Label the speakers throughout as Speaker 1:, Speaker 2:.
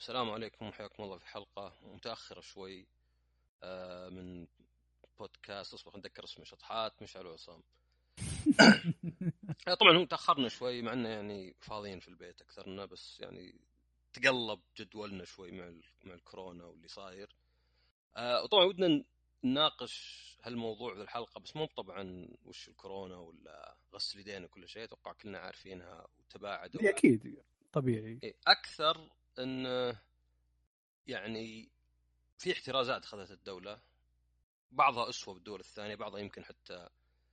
Speaker 1: السلام عليكم وحياكم الله في حلقة متأخرة شوي من بودكاست. اصبر نذكر اسمه شطحات مشعل وعصام. طبعا هو تأخرنا شوي مع انه يعني فاضيين في البيت اكثرنا، بس يعني تقلب جدولنا شوي مع الكورونا واللي صاير. وطبعا ودنا نناقش هالموضوع في الحلقة، بس مو طبعا وش الكورونا ولا غسل يدين وكل شيء، اتوقع كلنا عارفينها وتباعدوا.
Speaker 2: اكيد طبيعي.
Speaker 1: اكثر ان يعني في احترازات اخذتها الدولة، بعضها أسوأ بالدول الثانية، بعضها يمكن حتى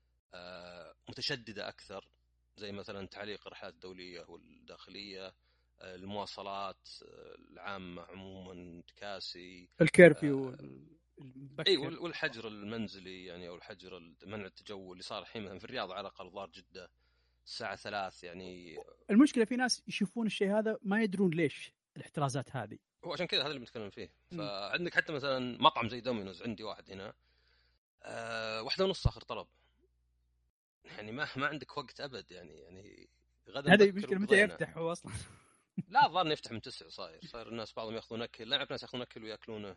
Speaker 1: متشددة أكثر، زي مثلا تعليق الرحلات الدولية والداخلية، المواصلات العامة عموما، تكاسي،
Speaker 2: الكيرفيو
Speaker 1: اي
Speaker 2: المبكر.
Speaker 1: والحجر المنزلي يعني، او الحجر منع التجول اللي صار الحين مثلا في الرياض على الاقل ظهر جدة الساعة 3 يعني.
Speaker 2: المشكله في ناس يشوفون الشيء هذا ما يدرون ليش الاحترازات هذه.
Speaker 1: هو عشان كذا هذا اللي بنتكلم فيه.
Speaker 2: مم.
Speaker 1: فعندك حتى مثلا مطعم زي دومينوز، عندي واحد هنا 1:30 آخر طلب، يعني ما عندك وقت ابد يعني غدا
Speaker 2: هذا
Speaker 1: مبكر
Speaker 2: المشكله متى
Speaker 1: وقضينا.
Speaker 2: يفتح هو اصلا؟
Speaker 1: لا الظاهر يفتح من 9، صاير الناس بعضهم ياخذون اكل، لا اعرف ناس ياخذون اكل وياكلونه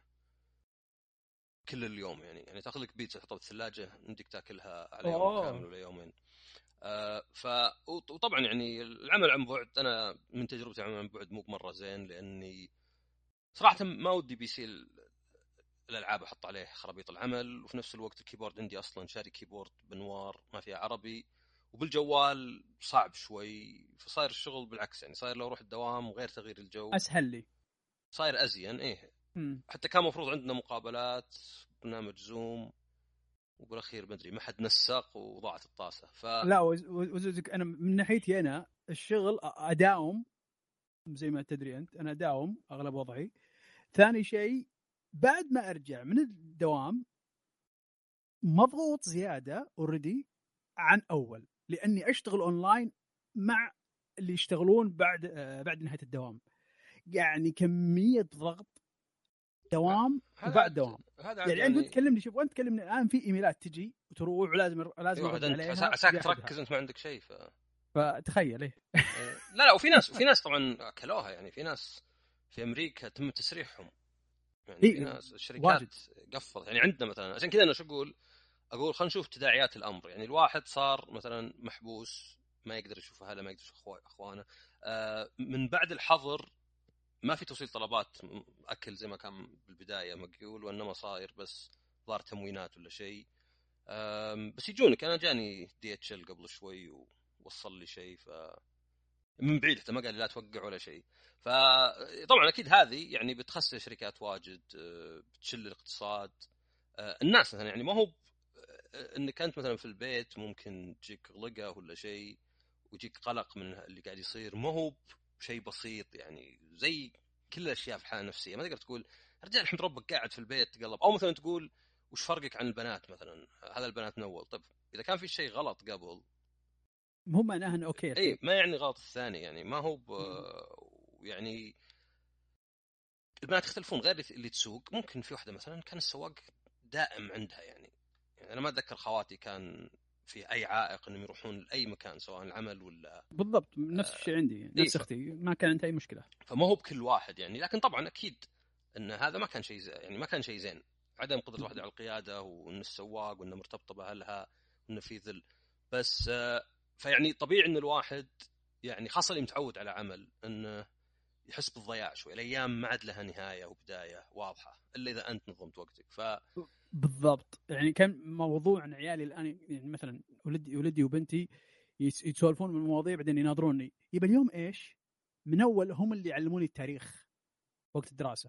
Speaker 1: كل اليوم، يعني تاخذ لك بيتزا تحطها بالثلاجه يمديك تاكلها على يوم كامل
Speaker 2: اوه.
Speaker 1: ولا يومين. وطبعا يعني العمل عن بعد، انا من تجربتي العمل عن بعد مو بمره زين، لاني صراحه ما ودي بي سي الالعاب احط عليه خرابيط العمل، وفي نفس الوقت الكيبورد عندي اصلا شاري كيبورد بنوار ما فيها عربي، وبالجوال صعب شوي، فصاير الشغل بالعكس، يعني صاير لو اروح الدوام وغير تغيير الجو
Speaker 2: اسهل لي.
Speaker 1: صاير ازين. ايه
Speaker 2: مم.
Speaker 1: حتى كان مفروض عندنا مقابلات برنامج زوم، وبالاخير ما ادري ما حد نسق وضاعت الطاسه.
Speaker 2: لا وزوجك انا من ناحيتي انا الشغل اداوم زي ما تدري انت، انا اداوم اغلب وضعي. ثاني شيء بعد ما ارجع من الدوام مضغوط زياده اوريدي عن اول، لاني اشتغل اونلاين مع اللي يشتغلون بعد نهايه الدوام. يعني كميه ضغط دوام
Speaker 1: هذا
Speaker 2: وبعد
Speaker 1: عاد
Speaker 2: دوام.
Speaker 1: هذا عاد
Speaker 2: يعني انت
Speaker 1: يعني.
Speaker 2: تكلمني، شوف انت تكلمني الان في ايميلات تجي وتروح ولازم
Speaker 1: ايوه عاد
Speaker 2: ارد
Speaker 1: انت
Speaker 2: عليها
Speaker 1: عساك
Speaker 2: ابي احدها.
Speaker 1: تركز، انت ما عندك شيء
Speaker 2: فتخيل ايه.
Speaker 1: لا وفي ناس طبعا اكلوها، يعني في ناس في امريكا تم تسريحهم، يعني في
Speaker 2: اي
Speaker 1: ناس
Speaker 2: واجد.
Speaker 1: الشركات قفلت. يعني عندنا مثلا عشان كذا انا شو اقول خلينا نشوف تداعيات الامر. يعني الواحد صار مثلا محبوس، ما يقدر يشوف اهله، ما يقدر يشوف اخوانه. من بعد الحظر ما في توصيل طلبات اكل زي ما كان بالبدايه مقيول، وانما صاير بس ظهر تموينات ولا شيء. بس يجونك، انا جاني دي اتش ال قبل شوي ووصل لي شيء، من بعيد حتى ما قال لي لا توقع ولا شيء. فطبعا اكيد هذه يعني بتخسر شركات واجد، بتشل الاقتصاد. الناس مثلا يعني ما هو انك انت مثلا في البيت ممكن تجيك غلقه ولا شيء ويجيك قلق من اللي قاعد يصير، ما هو شيء بسيط يعني، زي كل الاشياء في حاله نفسيه. ما تقدر تقول رجال الحمد ربك قاعد في البيت تقلب، او مثلا تقول وش فرقك عن البنات مثلا، هذا البنات نول. طب اذا كان في شيء غلط قبل،
Speaker 2: مو معناها انه اوكي
Speaker 1: اي
Speaker 2: الحين.
Speaker 1: ما يعني غلط الثاني، يعني ما هو يعني البنات يختلفون. غير اللي تسوق، ممكن في واحده مثلا كان السواق دائم عندها، يعني انا ما اتذكر خواتي كان في اي عائق انهم يروحون لاي مكان سواء العمل ولا
Speaker 2: بالضبط نفس الشيء عندي،
Speaker 1: اي.
Speaker 2: نفس اختي ما كان عندها اي مشكله.
Speaker 1: فما هو بكل واحد يعني، لكن طبعا اكيد ان هذا ما كان شيء يعني ما كان شيء زين. عدم قدره الواحد على القياده، وان السواق وانه مرتبطه باهلها، وانه في ذل. بس فيعني طبيعي ان الواحد يعني خاصه اللي متعود على عمل انه يحس بالضياع شوي. الايام ما عاد لها نهايه وبدايه واضحه الا اذا انت نظمت وقتك.
Speaker 2: بالضبط. يعني كان موضوع عن عيالي الان، يعني مثلا ولدي وبنتي يتسولفون من المواضيع بعدين يناظروني يبقى اليوم ايش. من اول هم اللي يعلموني التاريخ وقت الدراسه.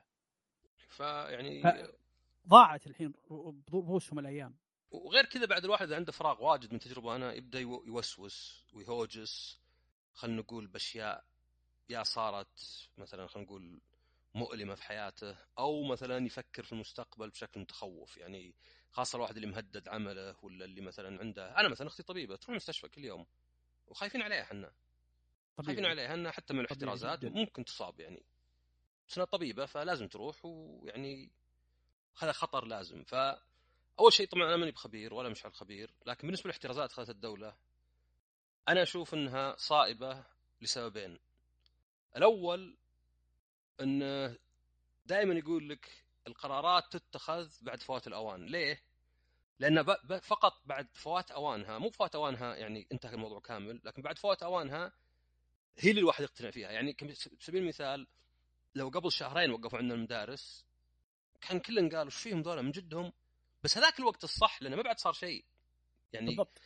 Speaker 1: فيعني
Speaker 2: ضاعت الحين برؤوسهم الايام.
Speaker 1: وغير كذا بعد الواحد اذا عنده فراغ واجد من تجربه انا يبدا يوسوس ويهوجس، خلينا نقول باشياء يا صارت مثلا خلينا نقول مؤلمه في حياته، او مثلا يفكر في المستقبل بشكل متخوف. يعني خاصه الواحد اللي مهدد عمله، ولا اللي مثلا عنده، انا مثلا اختي طبيبه تروح المستشفى كل يوم، وخايفين عليها احنا، خايفين
Speaker 2: طبيعي.
Speaker 1: عليها انها حتى من
Speaker 2: طبيعي
Speaker 1: الاحترازات
Speaker 2: جدا.
Speaker 1: ممكن تصاب يعني. بس انها طبيبه فلازم تروح، ويعني هذا خطر لازم. فاول شيء طبعا انا ماني بخبير ولا مش على الخبير، لكن بالنسبه للاحترازات اخذت الدوله، انا اشوف انها صائبه لسببين. الاول انه دائما يقول لك القرارات تتخذ بعد فوات الاوان. ليه؟ لان فقط بعد فوات اوانها، مو فوات اوانها يعني انتهى الموضوع كامل، لكن بعد فوات اوانها هي اللي الواحد يقتنع فيها. يعني بسبيل المثال لو قبل شهرين وقفوا عندنا المدارس كان كلن قالوا ايش فيهم ذولا من جدهم، بس هذاك الوقت الصح لانه ما بعد صار شيء. يعني
Speaker 2: بالضبط.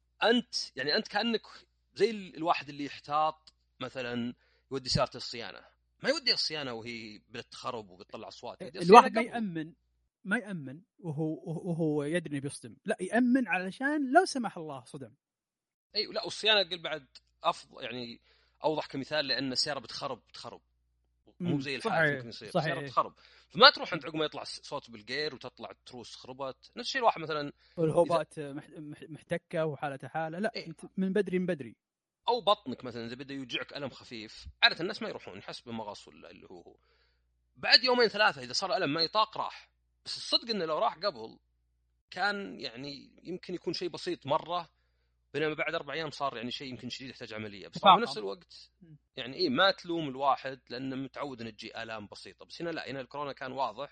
Speaker 1: انت كانك زي الواحد اللي يحتاط مثلا يودي سيارته الصيانه، ما يودي الصيانه وهي بتخرب وبتطلع اصوات، يودي
Speaker 2: الواحد
Speaker 1: الصيانه
Speaker 2: ما يأمن وهو يدري انه بيصدم، لا يأمن علشان لو سمح الله صدم.
Speaker 1: اي لا، والصيانه قل بعد افضل يعني اوضح كمثال، لان السياره بتخرب مو زي الحادث
Speaker 2: صحيح
Speaker 1: ممكن يصير، السياره
Speaker 2: صحيح.
Speaker 1: بتخرب. فما تروح انت عقب ما يطلع صوت بالجير وتطلع التروس خربت. نفس الشيء الواحد مثلا
Speaker 2: والهوبات محتكه وحالته حاله، لا
Speaker 1: إيه؟
Speaker 2: انت من بدري.
Speaker 1: او بطنك مثلا اذا بدا يوجعك الم خفيف، عاده الناس ما يروحون يحسب مغص ولا اللي هو بعد يومين ثلاثه اذا صار الم ما يطاق راح. بس الصدق انه لو راح قبل كان يعني يمكن يكون شيء بسيط مره، بينما بعد 4 أيام صار يعني شيء يمكن شديد يحتاج عمليه. بس طبعا في نفس الوقت يعني ايه ما تلوم الواحد لانه متعود ان تجي الام بسيطه، بس هنا لا، هنا الكورونا كان واضح.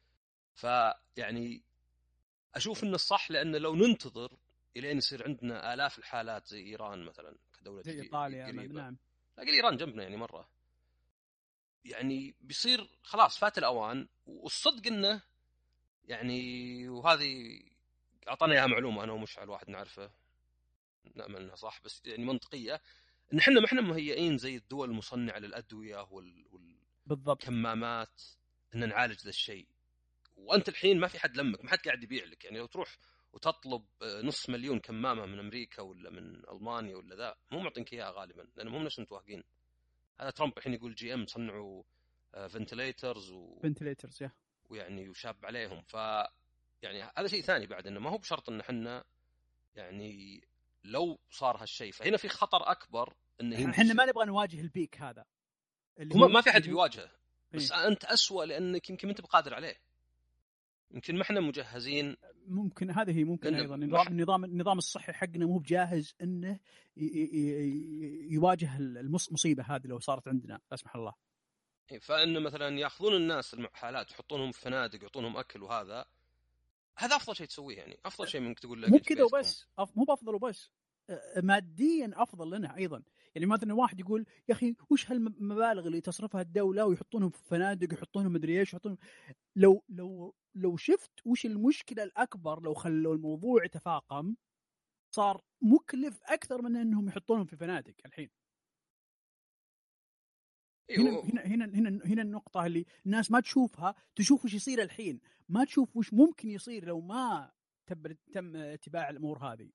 Speaker 1: فيعني اشوف ان الصح، لانه لو ننتظر الين يصير عندنا الاف الحالات زي ايران مثلا كدوله
Speaker 2: زي ايطاليا
Speaker 1: قريبه،
Speaker 2: نعم.
Speaker 1: لا ايران جنبنا يعني مره، يعني بيصير خلاص فات الاوان. والصدق انه يعني، وهذه اعطانا اياها معلومه انا ومشعل واحد نعرفه نامل انها صح بس يعني منطقيه، ان احنا ما احنا مهيئين زي الدول المصنعه للادويه
Speaker 2: بالضبط.
Speaker 1: والكمامات ان نعالج ذا الشيء. وانت الحين ما في حد لمك، ما حد قاعد يبيع لك. يعني لو تروح وتطلب 500,000 كمامه من امريكا ولا من المانيا ولا ذا، مو معطينك اياها غالبا لانهم هم نفس متوهقين. هذا ترامب الحين يقول جي ام صنعوا فنتليترز
Speaker 2: فنتليترز يا
Speaker 1: ويعني وشاب عليهم. يعني هذا شيء ثاني بعد، انه ما هو بشرط ان احنا يعني لو صار هالشيء فهنا في خطر اكبر انه هي
Speaker 2: احنا ما
Speaker 1: تصير.
Speaker 2: نبغى نواجه البيك هذا اللي
Speaker 1: هو
Speaker 2: هو
Speaker 1: ما في حد بيواجهه، بس
Speaker 2: إيه؟
Speaker 1: انت اسوأ لانك يمكن ما انت بقادر عليه، يمكن ما احنا مجهزين.
Speaker 2: ممكن هذه هي ممكن
Speaker 1: لان
Speaker 2: ايضا النظام الصحي حقنا مو بجاهز انه يواجه المصيبه هذه لو صارت عندنا لا سمح الله.
Speaker 1: فانه مثلا ياخذون الناس المحالات يحطونهم في فنادق يعطونهم اكل، وهذا افضل شيء تسويه. يعني افضل شيء ممكن تقول
Speaker 2: مو
Speaker 1: له
Speaker 2: بكذا وبس مو بافضل وبس، ماديا افضل لنا ايضا. يعني مثلا واحد يقول يا اخي وش هالمبالغ اللي تصرفها الدوله ويحطونهم في فنادق يحطونهم مدري ايش يحطونهم. لو شفت وش المشكله الاكبر لو خلوا الموضوع يتفاقم صار مكلف اكثر من انهم يحطونهم في فنادق الحين. هنا النقطة اللي الناس ما تشوفها، تشوف وش يصير الحين، ما تشوف وش ممكن يصير لو ما تم اتباع الأمور هذه.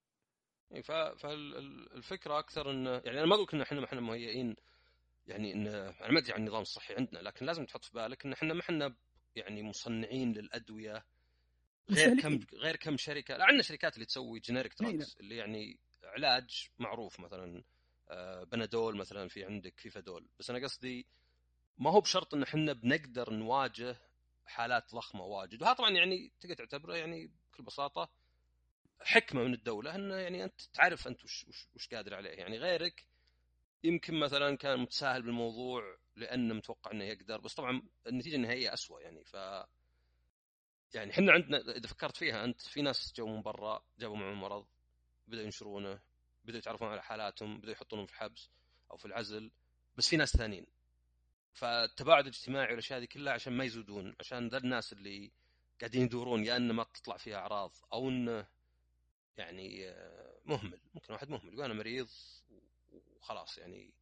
Speaker 1: فالفكرة أكثر إنه يعني أنا ما أقول إن إحنا ما إحنا مهيئين، يعني إن أنا ما أدري عن النظام الصحي عندنا، لكن لازم تحط في بالك إن إحنا ما إحنا يعني مصنعين للأدوية
Speaker 2: مستهلكين.
Speaker 1: غير كم شركة. لا، عندنا شركات اللي تسوي جينيريك
Speaker 2: نعم.
Speaker 1: دراجز اللي يعني علاج معروف، مثلا بنادول مثلا، في عندك فيفادول. بس أنا قصدي ما هو بشرط إن إحنا بنقدر نواجه حالات ضخمة واجد. وهذا طبعا يعني تقدر تعتبره يعني بكل بساطة حكمة من الدولة، إنه يعني أنت تعرف أنت وش قادر عليه. يعني غيرك يمكن مثلا كان متساهل بالموضوع لأنه متوقع إنه يقدر، بس طبعا النتيجة النهائية أسوأ. يعني يعني احنا عندنا اذا فكرت فيها انت، في ناس جو من برا جابوا معهم مرض، بدأوا ينشرونه، بدأوا يتعرفون على حالاتهم، بدأوا يحطونهم في الحبس او في العزل. بس في ناس ثانيين، فالتباعد الاجتماعي والاشياء هذه كلها عشان ما يزودون، عشان ذا الناس اللي قاعدين يدورون يا انه ما تطلع فيها اعراض او انه يعني مهمل. ممكن واحد مهمل يقول انا مريض وخلاص يعني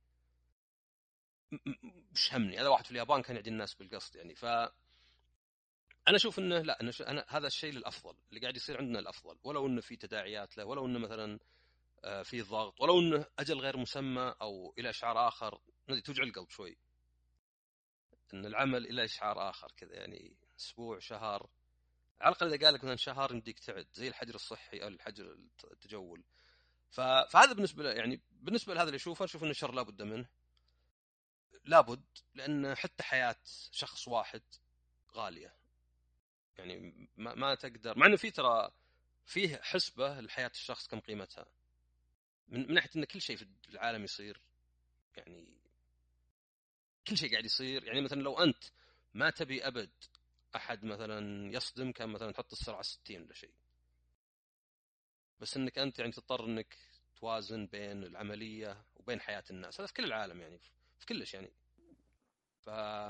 Speaker 1: مش همني. هذا واحد في اليابان كان يعدي الناس بالقصد. يعني انا اشوف انه لا، أنا هذا الشيء للافضل اللي قاعد يصير عندنا الافضل، ولو انه في تداعيات له، ولو انه مثلا في ضغط، ولو انه اجل غير مسمى او الى اشعار اخر. توجع القلب شوي ان العمل الى اشعار اخر كذا، يعني اسبوع شهر على الاقل. اذا قال لك مثلا شهر يمديك تعد زي الحجر الصحي او الحجر التجول. فهذا بالنسبه له، يعني بالنسبه لهذا اللي اشوف انه الشر لابد منه، لابد، لان حتى حياه شخص واحد غاليه. يعني ما تقدر، مع انه في ترى فيه حسبه لحياه الشخص كم قيمتها، من ناحيه ان كل شيء في العالم يصير يعني كل شيء قاعد يصير. يعني مثلا لو انت ما تبي ابد احد مثلا يصدم، كان مثلا تحط السرعه 60 ولا شيء، بس انك انت يعني تضطر انك توازن بين العمليه وبين حياه الناس. هذا في كل العالم يعني، في كلش يعني. ف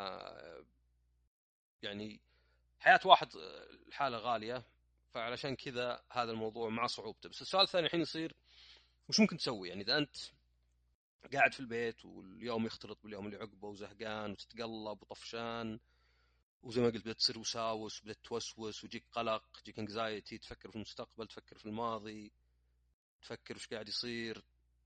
Speaker 1: يعني حياه واحد الحاله غاليه، فعلشان كذا هذا الموضوع مع صعوبته. بس السؤال الثاني الحين يصير وش ممكن تسوي؟ يعني اذا انت قاعد في البيت واليوم يختلط باليوم اللي عقبه وزهقان وتتقلب وطفشان، وزي ما قلت بدأت تصير وساوس، بدأت توسوس ويجيك قلق، تجيك انكزايتي، تفكر في المستقبل، تفكر في الماضي، تفكر وش قاعد يصير.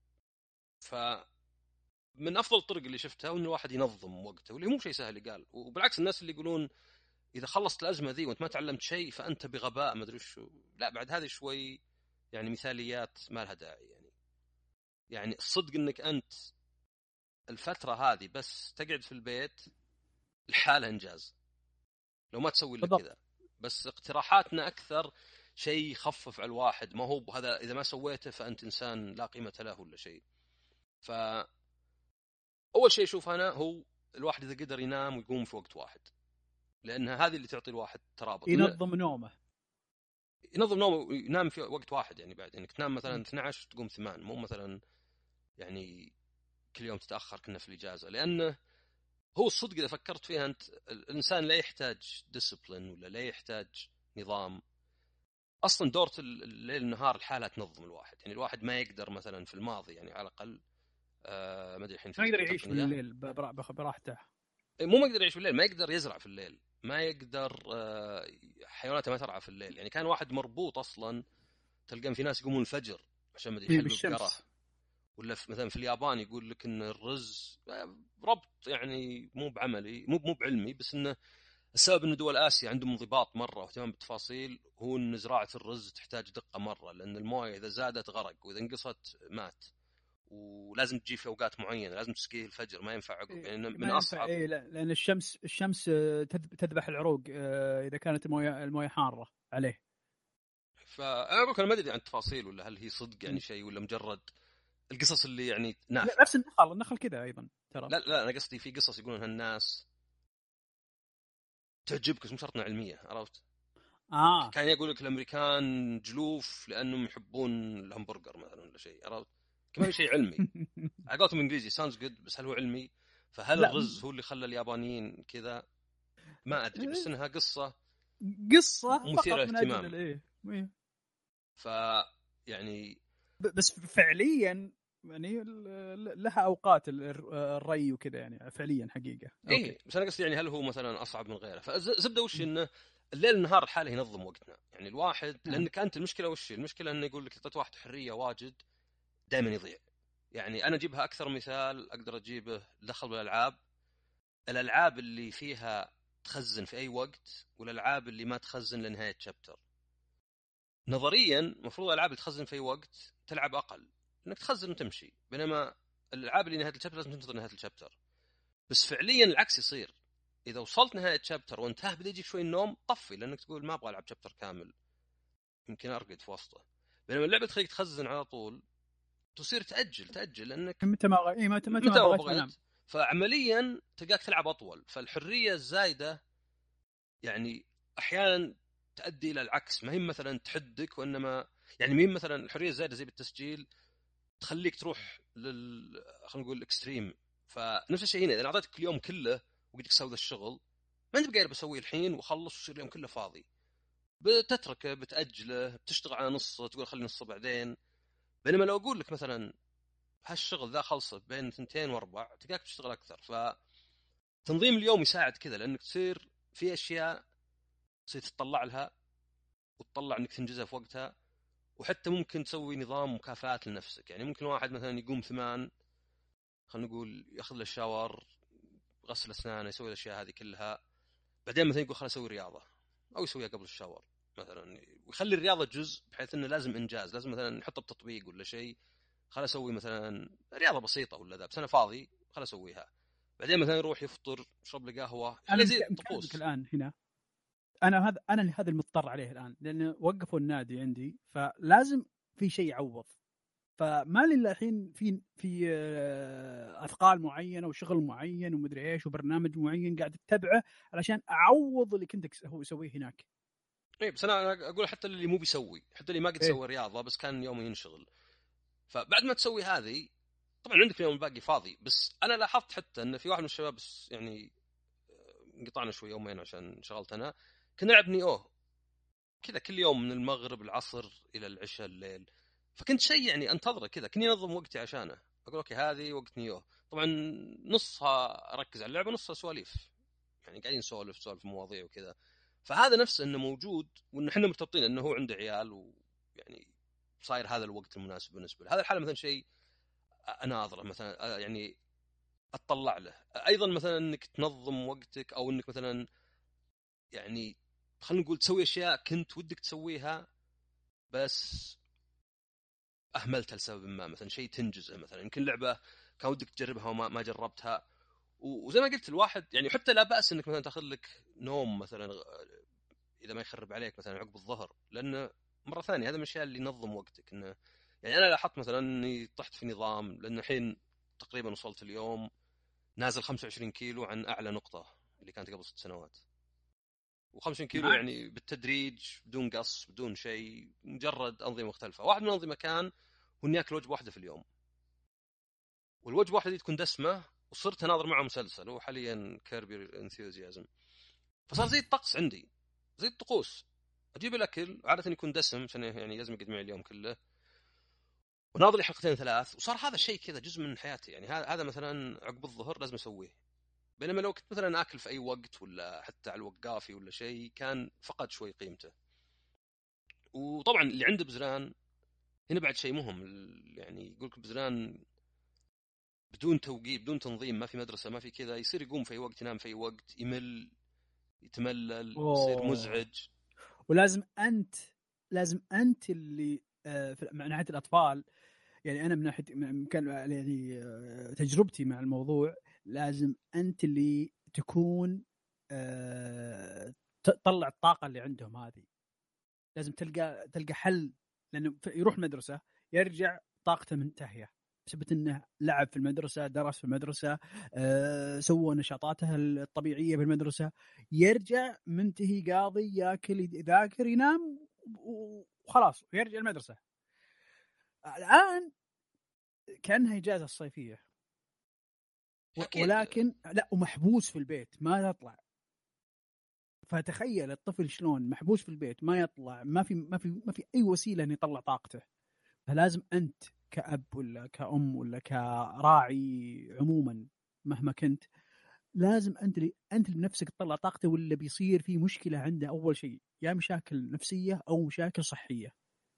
Speaker 1: فمن افضل الطرق اللي شفتها ان الواحد ينظم وقته، واللي مو شيء سهل يقال. وبالعكس الناس اللي يقولون اذا خلصت الازمه ذي وانت ما تعلمت شيء فانت بغباء ما ادري شو، لا بعد هذه شوي يعني مثاليات ما لها داعي. يعني الصدق انك انت الفتره هذه بس تقعد في البيت الحالة انجاز لو ما تسوي الا
Speaker 2: بالضبط.
Speaker 1: كذا. بس اقتراحاتنا اكثر شيء يخفف على الواحد، ما هو هذا اذا ما سويته فانت انسان لا قيمه له ولا شيء. فاول شيء اشوف انا هو الواحد اذا قدر ينام ويقوم في وقت واحد، لان هذه اللي تعطي الواحد ترابط.
Speaker 2: ينظم نومه.
Speaker 1: ينظم نومه وينام في وقت واحد، يعني بعد انك تنام مثلا 12 تقوم 8، مو مثلا يعني كل يوم تتاخر كنا في الاجازه. لانه هو الصدق اذا فكرت فيها انت، الانسان لا يحتاج ديسبلين ولا لا يحتاج نظام. اصلا دورة الليل النهار الحالة تنظم الواحد. يعني الواحد ما يقدر مثلا في الماضي يعني على الاقل ما ادري الحين في
Speaker 2: ما يقدر يعيش
Speaker 1: التقنيه،
Speaker 2: بالليل براحته.
Speaker 1: مو ما يقدر يعيش بالليل، ما يقدر يزرع في الليل، ما يقدر حيواناته ما ترعى في الليل. يعني كان واحد مربوط اصلا، تلقى في ناس يقومون الفجر عشان ما ادري يحلوا البقره.
Speaker 2: بالشمس.
Speaker 1: ولا مثلا في اليابان يقول لك ان الرز ربط يعني مو بعملي، مو بعلمي، بس انه السبب ان دول اسيا عندهم انضباط مره واهتمام بالتفاصيل، هو ان زراعه الرز تحتاج دقه مره، لان المويه اذا زادت غرق واذا انقصت مات. ولازم تجي في اوقات معينه، لازم تسقيه الفجر، ما ينفع عقب. يعني من
Speaker 2: ما ينفع
Speaker 1: اصعب.
Speaker 2: لا، لان الشمس تذبح العروق اذا كانت المويه حاره عليه.
Speaker 1: فانا اقول انا ما ادري عن التفاصيل ولا هل هي صدق يعني شيء ولا مجرد القصص اللي يعني
Speaker 2: لا،
Speaker 1: نافعه.
Speaker 2: نفس النخل كذا ايضا ترى.
Speaker 1: لا انا قصدي في قصص يقولون هالناس تعجبك بس مو شرط علميه، عرفت؟
Speaker 2: اه.
Speaker 1: كان يقول لك الامريكان جلوف لانهم يحبون الهمبرجر مثلا ولا شيء، عرفت؟ ما في شيء علمي. على قولتهم انجليزي ساوندز جود، بس هل هو علمي؟ فهل
Speaker 2: لا،
Speaker 1: الرز هو اللي خلى اليابانيين كذا؟ ما ادري، بس انها قصه
Speaker 2: قصه
Speaker 1: مثيره
Speaker 2: فقط من اجل
Speaker 1: للاهتمام.
Speaker 2: الايه.
Speaker 1: ف يعني
Speaker 2: بس فعليا يعني لها اوقات الري وكذا، يعني فعليا حقيقه. اوكي.
Speaker 1: ايه، بس انا قصدي يعني هل هو مثلا اصعب من غيره؟ فزبده وش انه الليل النهار الحاله ينظم وقتنا. يعني الواحد
Speaker 2: نعم.
Speaker 1: لانك انت المشكله وش المشكله انه يقول لك اعطيت واحد حريه واجد دائما يضيع. يعني انا اجيبها اكثر مثال اقدر اجيبه دخل بالالعاب. الالعاب اللي فيها تخزن في اي وقت والالعاب اللي ما تخزن لنهايه شابتر. نظريا المفروض الالعاب اللي تخزن في اي وقت تلعب اقل، انك تخزن وتمشي، بينما الالعاب اللي نهايه الشابتر لازم تنتظر نهايه الشابتر. بس فعليا العكس يصير. اذا وصلت نهايه شابتر وانتهى بدا يجيك شوي النوم، طفي، لانك تقول ما ابغى العب شابتر كامل، يمكن ارقد في وسطه. بينما اللعبه تخليك تخزن على طول، تصير تاجل لانك
Speaker 2: متى ما متى ما
Speaker 1: متى ما
Speaker 2: بغيت انام.
Speaker 1: بغيت. فعمليا تلقاك تلعب اطول. فالحريه الزايده يعني احيانا تؤدي الى العكس، ما هي مثلا تحدك، وانما يعني مين مثلا الحريه الزايده زي بالتسجيل تخليك تروح خلينا نقول الاكستريم. فنفس الشيء هنا، اذا اعطيتك اليوم كله وقلت لك سوي ذا الشغل ما انت بقاير بسويه الحين وخلص ويصير اليوم كله فاضي، بتتركه، بتاجله، بتشتغل على نصه، تقول خلي نصه بعدين. بينما لو اقول لك مثلا هالشغل ذا خلصه بين 2 و4 تلقاك تشتغل اكثر. فتنظيم اليوم يساعد كذا، لانك تصير في اشياء تصير تطلع لها وتطلع انك تنجزها في وقتها. وحتى ممكن تسوي نظام مكافآت لنفسك. يعني ممكن واحد مثلا يقوم 8، خلينا نقول ياخذ له الشاور، غسل اسنانه، يسوي الاشياء هذه كلها، بعدين مثلا يقول خل اسوي رياضه، او يسويها قبل الشاور مثلا، ويخلي الرياضه جزء بحيث انه لازم انجاز، لازم مثلا نحطه بتطبيق ولا شيء. خل اسوي مثلا رياضه بسيطه ولا ذا، بس انا فاضي خل اسويها. بعدين مثلا يروح يفطر، يشرب له قهوه،
Speaker 2: انا
Speaker 1: خليه زي
Speaker 2: مكلمك
Speaker 1: الطقوس.
Speaker 2: الان هنا. انا هذا المضطر عليه الان، لانه وقفوا النادي عندي، فلازم في شيء يعوض. فما لي الا الحين في اثقال معينه وشغل معين ومدري ايش وبرنامج معين قاعد اتبعه علشان اعوض اللي كنت هو يسويه هناك.
Speaker 1: اي بس انا اقول حتى اللي مو بيسوي، حتى اللي ما قد
Speaker 2: إيه؟
Speaker 1: سوى رياضه بس كان يومه ينشغل، فبعد ما تسوي هذه طبعا عندك اليوم الباقي فاضي. بس انا لاحظت حتى ان في واحد من الشباب بس يعني انقطعنا شوي يومين عشان شغلت انا، كنا نلعب نيوه كذا كل يوم من المغرب العصر الى العشاء الليل. فكنت شيء يعني انتظره كذا، كني انظم وقتي عشانه، اقول اوكي هذه وقت نيوه. طبعا نصها اركز على اللعبه نصها سواليف، يعني قاعدين نسولف في مواضيع وكذا. فهذا نفسه انه موجود، وان احنا مرتبطين انه هو عنده عيال ويعني صاير هذا الوقت المناسب بالنسبه له. هذا الحاله مثلا شيء اناظره مثلا يعني اطلع له. ايضا مثلا انك تنظم وقتك، او انك مثلا يعني خلينا نقول تسوي اشياء كنت ودك تسويها بس اهملتها لسبب ما، مثلا شيء تنجزه، مثلا يمكن لعبه كان ودك تجربها وما ما جربتها. وزي ما قلت الواحد يعني حتى لا باس انك مثلا تاخذ لك نوم مثلا اذا ما يخرب عليك مثلا عقب الظهر، لانه مره ثانيه هذا من الاشياء اللي ينظم وقتك. انه يعني انا لاحظت مثلا اني طحت في نظام، لان الحين تقريبا وصلت اليوم نازل 25 كيلو عن اعلى نقطه اللي كانت قبل 6 سنوات. و25 كيلو
Speaker 2: نايس.
Speaker 1: يعني بالتدريج بدون قص بدون شيء، مجرد انظمه مختلفه. واحد من الانظمه كان هو اني اكل وجبه واحده في اليوم، والوجبه واحده دي تكون دسمه. وصرت اناظر معه مسلسل هو حاليا كيربي انثيوزيازم، فصار زي الطقس عندي، زي الطقوس. اجيب الاكل عاده يكون دسم عشان يعني لازم يقعد معي اليوم كله، وناظر لي حلقتين ثلاث، وصار هذا الشيء كذا جزء من حياتي. يعني هذا مثلا عقب الظهر لازم اسويه. بينما لو كنت مثلا اكل في اي وقت ولا حتى على الوقافي ولا شيء كان فقد شوي قيمته. وطبعا اللي عنده بزران هنا بعد شيء مهم، يعني يقول لك بزران بدون توقيت بدون تنظيم، ما في مدرسه ما في كذا، يصير يقوم في اي وقت ينام في اي وقت، يمل يتملل يصير
Speaker 2: اوه.
Speaker 1: مزعج.
Speaker 2: ولازم انت اللي من ناحيه الاطفال، يعني انا من ناحيه كان يعني تجربتي مع الموضوع، لازم انت اللي تكون تطلع الطاقه اللي عندهم هذه. لازم تلقى حل، لانه يروح مدرسه يرجع طاقته منتهيه بسبب انه لعب في المدرسه، درس في المدرسه، سوى نشاطاته الطبيعيه بالمدرسه، يرجع منتهي قاضي ياكل يذاكر ينام وخلاص ويرجع المدرسه. الان كانها اجازه الصيفيه،
Speaker 1: اكيد.
Speaker 2: ولكن لا، ومحبوس في البيت ما يطلع. فتخيل الطفل شلون محبوس في البيت ما يطلع، ما في اي وسيله انه يطلع طاقته. فلازم انت كأب ولا كأم ولا كراعي عموما مهما كنت، لازم انت بنفسك تطلع طاقته، ولا بيصير في مشكله عنده. اول شيء يا مشاكل نفسيه او مشاكل صحيه.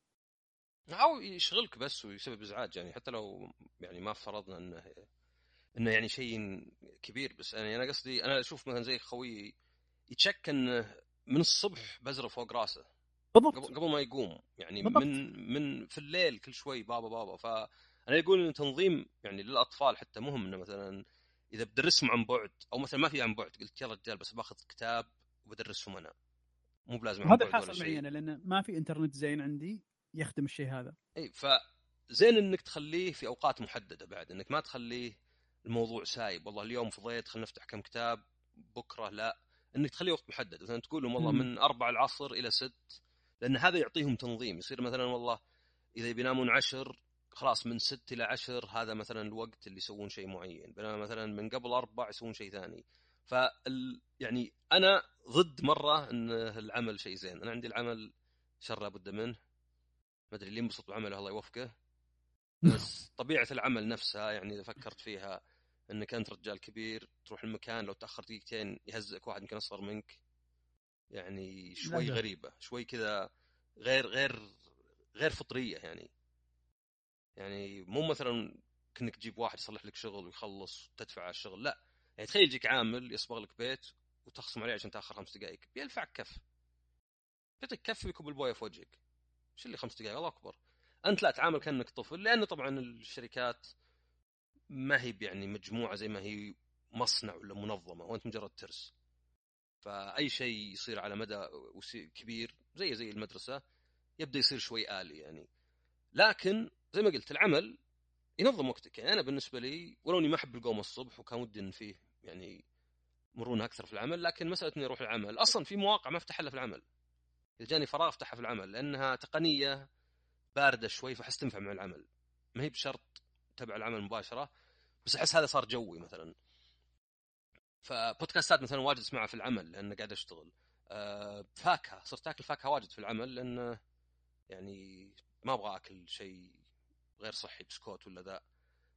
Speaker 1: او يشغلك بس ويسبب ازعاج، يعني حتى لو يعني ما فرضنا انه يعني شيء كبير. بس انا قصدي انا اشوف مثلا زي خوي يتشك انه من الصبح بزره فوق راسه
Speaker 2: بالضبط.
Speaker 1: قبل ما يقوم، يعني
Speaker 2: بالضبط.
Speaker 1: من في الليل كل شوي بابا بابا. فانا يقول ان تنظيم يعني للاطفال حتى مهم، انه مثلا اذا بدرسهم عن بعد او مثلا ما في عن بعد، قلت يا رجال بس باخذ كتاب وبدرسهم انا، مو بلازم عن
Speaker 2: وهذا
Speaker 1: بعد ولا
Speaker 2: الحاصل معي
Speaker 1: شيء.
Speaker 2: انا، لان ما في انترنت زين عندي يخدم الشيء هذا.
Speaker 1: اي فزين انك تخليه في اوقات محدده، بعد انك ما تخليه الموضوع سايب والله اليوم فضيت خلينا نفتح كم كتاب بكره، لا، انك تخليه وقت محدد. مثلا تقول لهم والله
Speaker 2: امم
Speaker 1: من 4 العصر الى 6، لان هذا يعطيهم تنظيم. يصير مثلا والله اذا بينامون 10 خلاص من 6 إلى 10 هذا مثلا الوقت اللي يسوون شيء معين، بينما مثلا من قبل 4 يسوون شيء ثاني. يعني انا ضد مره ان العمل شيء زين، انا عندي العمل شر لابد منه، ما ادري اللي ينبسط بعمله الله يوفقه. بس طبيعه العمل نفسها يعني اذا فكرت فيها، انك انت رجال كبير تروح المكان لو تاخر دقيقتين يهزئك واحد يمكن اصغر منك، يعني شوي
Speaker 2: للاسف.
Speaker 1: غريبه شوي كذا، غير فطريه يعني مو مثلا كأنك تجيب واحد يصلح لك شغل ويخلص وتدفع على الشغل، لا. يعني تخيل يجيك عامل يصبغ لك بيت وتخصم عليه عشان تاخر 5 دقائق، بيلفعك كف، بيعطيك كف ويكب البويه في وجهك. ايش اللي 5 دقائق الله اكبر. انت لا تعامل كانك طفل، لان طبعا الشركات ما هي يعني مجموعه زي ما هي مصنع ولا منظمه، وانت مجرد ترس. فاي شيء يصير على مدى كبير زي المدرسه يبدا يصير شوي آلي يعني. لكن زي ما قلت العمل ينظم وقتك. يعني انا بالنسبه لي ولو اني ما احب القوم الصبح وكان ودي ان فيه يعني مرونه اكثر في العمل، لكن مساله اني اروح العمل اصلا في مواقع ما افتح الا في العمل، اذا جاني فراغ افتحها في العمل لانها تقنيه بارده شوي فحس تنفع مع العمل، ما هي بشرط تبع العمل مباشره، بس احس هذا صار جوي مثلا. فبودكاستات مثلا واجد اسمعها في العمل لان قاعد اشتغل. فاكهه صرت اكل فاكهه واجد في العمل لان يعني ما ابغى اكل شيء غير صحي بسكوت ولا ذا.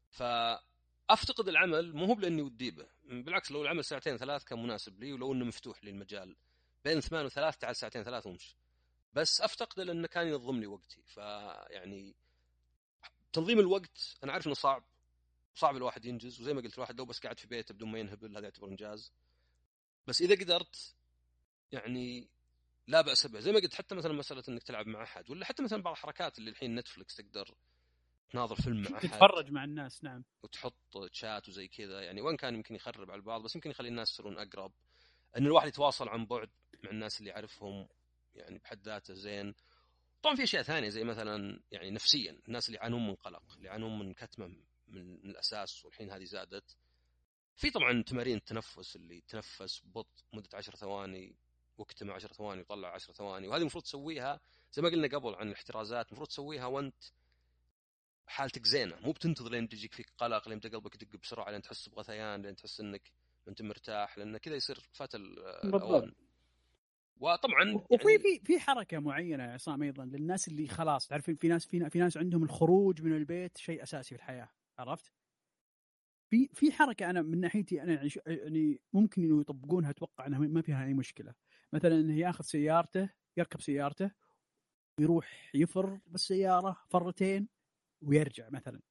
Speaker 1: فافتقد العمل مو هو لاني ودي به، بالعكس لو العمل ساعتين ثلاث كان مناسب لي، ولو انه مفتوح لي المجال بين 8 و3 تعال ساعتين ثلاث ومش، بس افتقده لانه كان ينظم لي وقتي. فيعني تنظيم الوقت انا عارف انه صعب الواحد ينجز، وزي ما قلت الواحد لو بس قاعد في بيته بدون ما ينهبل هذا يعتبر انجاز، بس اذا قدرت يعني لا باس به. زي ما قلت حتى مثلا مساله انك تلعب مع احد، ولا حتى مثلا بعض الحركات اللي الحين نتفلكس تقدر تناظر فيلم مع احد
Speaker 2: تتفرج مع الناس. نعم.
Speaker 1: وتحط تشات وزي كذا، يعني وان كان يمكن يخرب على البعض بس يمكن يخلي الناس يصيرون اقرب، ان الواحد يتواصل عن بعد مع الناس اللي يعرفهم يعني بحد ذاته زين. طبعا في اشياء ثانيه زي مثلا يعني نفسيا الناس اللي يعانون من قلق، اللي يعانون من كتمه من الاساس، والحين هذه زادت. في طبعا تمارين التنفس اللي تنفس ببطء مده 10 ثواني واكتم 10 ثواني وطلع 10 ثواني، وهذه المفروض تسويها زي ما قلنا قبل عن الاحترازات، المفروض تسويها وانت حالتك زينه، مو بتنتظر لين تجيك فيك قلق، لين تبدا قلبك يدق بسرعه، لين تحس بغثيان، لين تحس انك انت مرتاح، لان كذا يصير فات
Speaker 2: بالضبط.
Speaker 1: الاوان. وطبعا
Speaker 2: وفي
Speaker 1: يعني
Speaker 2: في حركه معينه يا عصام ايضا للناس اللي خلاص تعرفين، في ناس عندهم الخروج من البيت شيء اساسي في الحياه، عرفت؟ في حركه انا من ناحيتي انا يعني ممكن انه يطبقونها، اتوقع انها ما فيها اي مشكله. مثلا انه ياخذ سيارته، يركب سيارته ويروح يفر بالسياره فرتين ويرجع مثلا.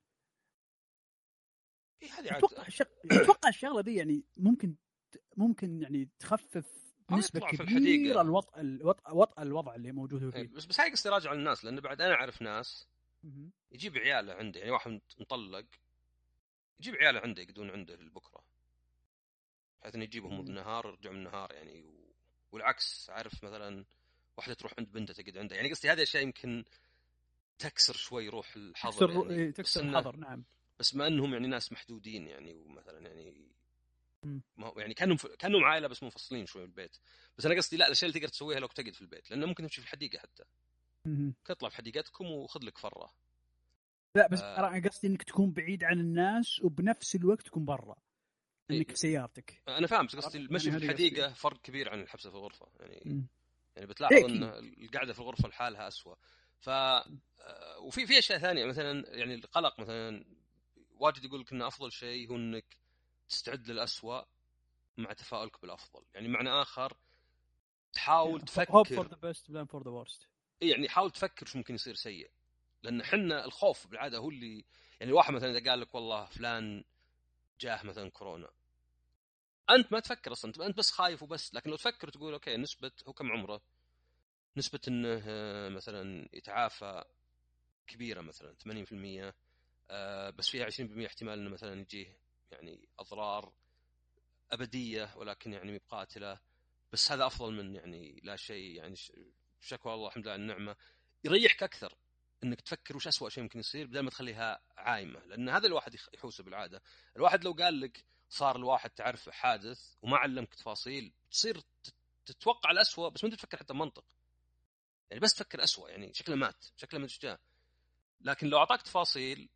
Speaker 1: هذه عاد
Speaker 2: اتوقع الشغله دي يعني ممكن يعني تخفف
Speaker 1: او
Speaker 2: بنسبه
Speaker 1: يطلع في
Speaker 2: كبيره
Speaker 1: الحديقه.
Speaker 2: وطأ الوضع اللي موجود فيه.
Speaker 1: بس هاي قصدي راجع للناس، لان بعد انا اعرف ناس
Speaker 2: مهم.
Speaker 1: يجيب عياله عنده، يعني واحد مطلق يجيب عياله عنده يقعدون عنده لبكره، بحيث انه يجيبهم
Speaker 2: مهم.
Speaker 1: بالنهار ويرجعوا من النهار يعني والعكس عارف مثلا واحده تروح عند بنتها تقعد عنده. يعني قصدي هذه الاشياء يمكن تكسر شوي روح الحظر يعني، بس
Speaker 2: تكسر
Speaker 1: انه
Speaker 2: الحظر. نعم.
Speaker 1: بس ما انهم يعني ناس محدودين يعني، ومثلا يعني
Speaker 2: مم.
Speaker 1: ما هو يعني كانهم عائله بس منفصلين شوي من البيت. بس انا قصدي لا الاشياء اللي تقدر تسويها لو تقعد في البيت، لانه ممكن تمشي في الحديقه حتى،
Speaker 2: مهم.
Speaker 1: تطلع في حديقتكم وخذ لك فره.
Speaker 2: لا بس
Speaker 1: آه
Speaker 2: انا قصدي انك تكون بعيد عن الناس وبنفس الوقت تكون برا، انك
Speaker 1: إيه،
Speaker 2: في سيارتك.
Speaker 1: انا فاهم، بس قصدي
Speaker 2: عرفت
Speaker 1: المشي
Speaker 2: يعني
Speaker 1: في
Speaker 2: هذه قصدي.
Speaker 1: الحديقه فرق كبير عن الحبسه في الغرفه يعني.
Speaker 2: مم.
Speaker 1: يعني
Speaker 2: إيه
Speaker 1: بتلاحظ ان
Speaker 2: اكيد.
Speaker 1: القعده في الغرفه لحالها اسوء. ف وفي اشياء ثانيه مثلا يعني القلق مثلا واجد يقول لك ان افضل شيء هو انك تستعد للأسوأ مع تفاؤلك بالافضل. يعني معنى اخر تحاول
Speaker 2: hope for
Speaker 1: تفكر،
Speaker 2: the best plan for the worst.
Speaker 1: يعني حاول تفكر شو ممكن يصير سيء، لان حنا الخوف بالعاده هو اللي يعني الواحد مثلا اذا قال لك والله فلان جاه مثلا كورونا، انت ما تفكر اصلا، انت بس خايف وبس. لكن لو تفكر تقول اوكي نسبه هو كم عمره، نسبه انه مثلا يتعافى كبيره مثلا 80%، بس فيها 20% احتمال انه مثلا يجيه يعني اضرار ابديه ولكن يعني بقاتله، بس هذا افضل من يعني لا شيء يعني شكوى الله الحمد لله النعمه. يريحك اكثر انك تفكر وش اسوأ شيء ممكن يصير بدل ما تخليها عايمه، لان هذا الواحد يحوسه بالعاده. الواحد لو قال لك صار الواحد تعرف حادث وما علمك تفاصيل تصير تتوقع الأسوأ، بس ما تفكر حتى بمنطق، يعني بس تفكر أسوأ يعني شكله مات شكله متجاه. لكن لو اعطاك تفاصيل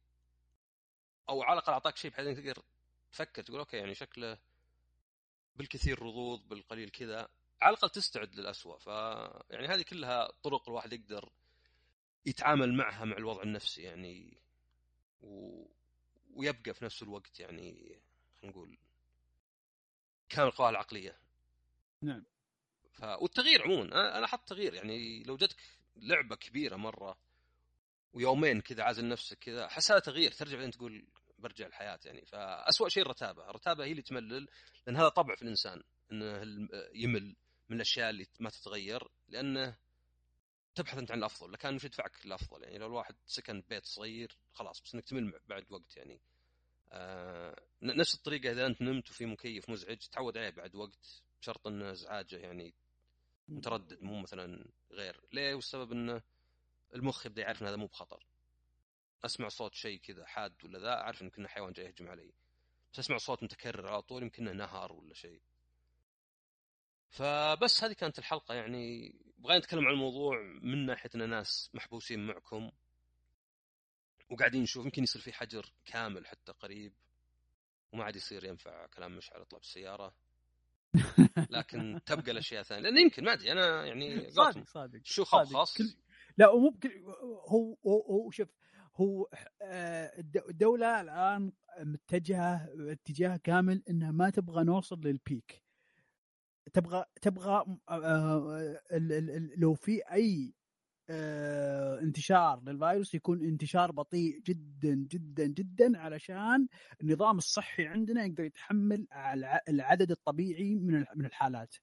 Speaker 1: او على الاقل اعطاك شيء بحيث انك تقدر تفكر تقول اوكي يعني شكله بالكثير رضوض بالقليل كذا، على الاقل تستعد للأسوأ. ف يعني هذه كلها طرق الواحد يقدر يتعامل معها مع الوضع النفسي يعني و... ويبقى في نفس الوقت يعني خلينا نقول كامل القواعد العقلية.
Speaker 2: نعم.
Speaker 1: والتغيير عموما انا حط تغيير يعني لو جتك لعبة كبيرة مرة ويومين كذا عازل نفسك كذا، حسها تغيير ترجع بعدين تقول برجع الحياة يعني. فأسوأ شيء الرتابة هي اللي تملل، لأن هذا طبع في الإنسان انه يمل من الاشياء اللي ما تتغير، لانه تبحث انت عن الافضل لكان مش يدفعك الافضل. يعني لو الواحد سكن بيت صغير خلاص بس انك تمل بعد وقت يعني. نفس الطريقه اذا انت نمت وفي مكيف مزعج تعود عليه بعد وقت، بشرط انه ازعاجه يعني متردد مو مثلا غير ليه، والسبب انه المخ يبدا يعرف ان هذا مو بخطر. اسمع صوت شيء كذا حاد ولا ذا اعرف ان كنا حيوان جاي يهجم علي، بس اسمع صوت متكرر على طول يمكن نهر ولا شيء. فبس هذه كانت الحلقه. يعني بغينا نتكلم عن الموضوع من ناحيه ان ناس محبوسين معكم وقاعدين نشوف يمكن يصير في حجر كامل حتى قريب وما عاد يصير ينفع كلام مشعل يطلع بالسياره. لكن تبقى الاشياء ثانيه لان يمكن ما ادري انا يعني
Speaker 2: صادق
Speaker 1: شو خب خاص.
Speaker 2: لا وممكن هو شوف هو الدولة الآن متجهة اتجاه كامل إنها ما تبغى نوصل للبيك. تبغى لو في أي انتشار للفيروس يكون انتشار بطيء جدا جدا جدا علشان النظام الصحي عندنا يقدر يتحمل العدد الطبيعي من الحالات.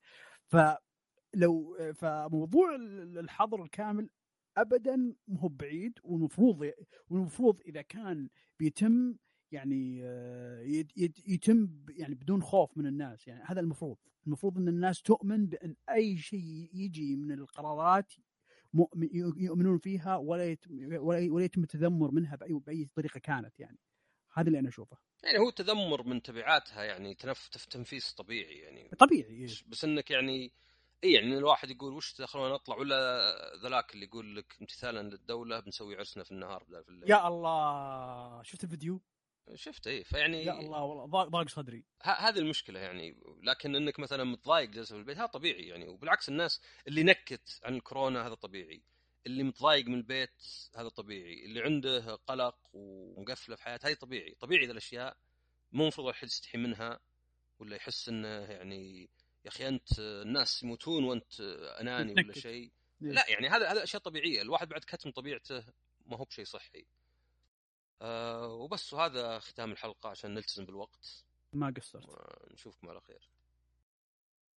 Speaker 2: فموضوع الحظر الكامل ابدا مو بعيد، والمفروض اذا كان بيتم يعني يتم يعني بدون خوف من الناس. يعني هذا المفروض ان الناس تؤمن بان اي شيء يجي من القرارات يؤمنون فيها ولا يتم التذمر منها باي طريقه كانت. يعني هذا اللي انا اشوفه.
Speaker 1: يعني هو تذمر من تبعاتها، يعني تنفيس طبيعي يعني
Speaker 2: طبيعي.
Speaker 1: بس انك يعني اي يعني الواحد يقول وش تدخلون اطلع، ولا ذلاك اللي يقول لك امتثالا للدوله بنسوي عرسنا في النهار بدل في الليل.
Speaker 2: يا الله شفت الفيديو؟
Speaker 1: شفت ايه. فيعني
Speaker 2: يا الله والله ضاق صدري.
Speaker 1: هذه المشكله يعني. لكن انك مثلا متضايق جالس في البيت هذا طبيعي يعني. وبالعكس الناس اللي نكت عن الكورونا هذا طبيعي، اللي متضايق من البيت هذا طبيعي، اللي عنده قلق ومقفله في حياته هذه طبيعي ذا الاشياء. مو المفروض الواحد يستحي منها ولا يحس انه يعني يا اخي انت الناس يموتون وانت اناني ولا شيء. لا يعني هذا اشياء طبيعيه. الواحد بعد كتم طبيعته ما هو بشيء صحي. وبس. وهذا ختام الحلقه عشان نلتزم بالوقت.
Speaker 2: ما قصرت.
Speaker 1: نشوفكم على خير.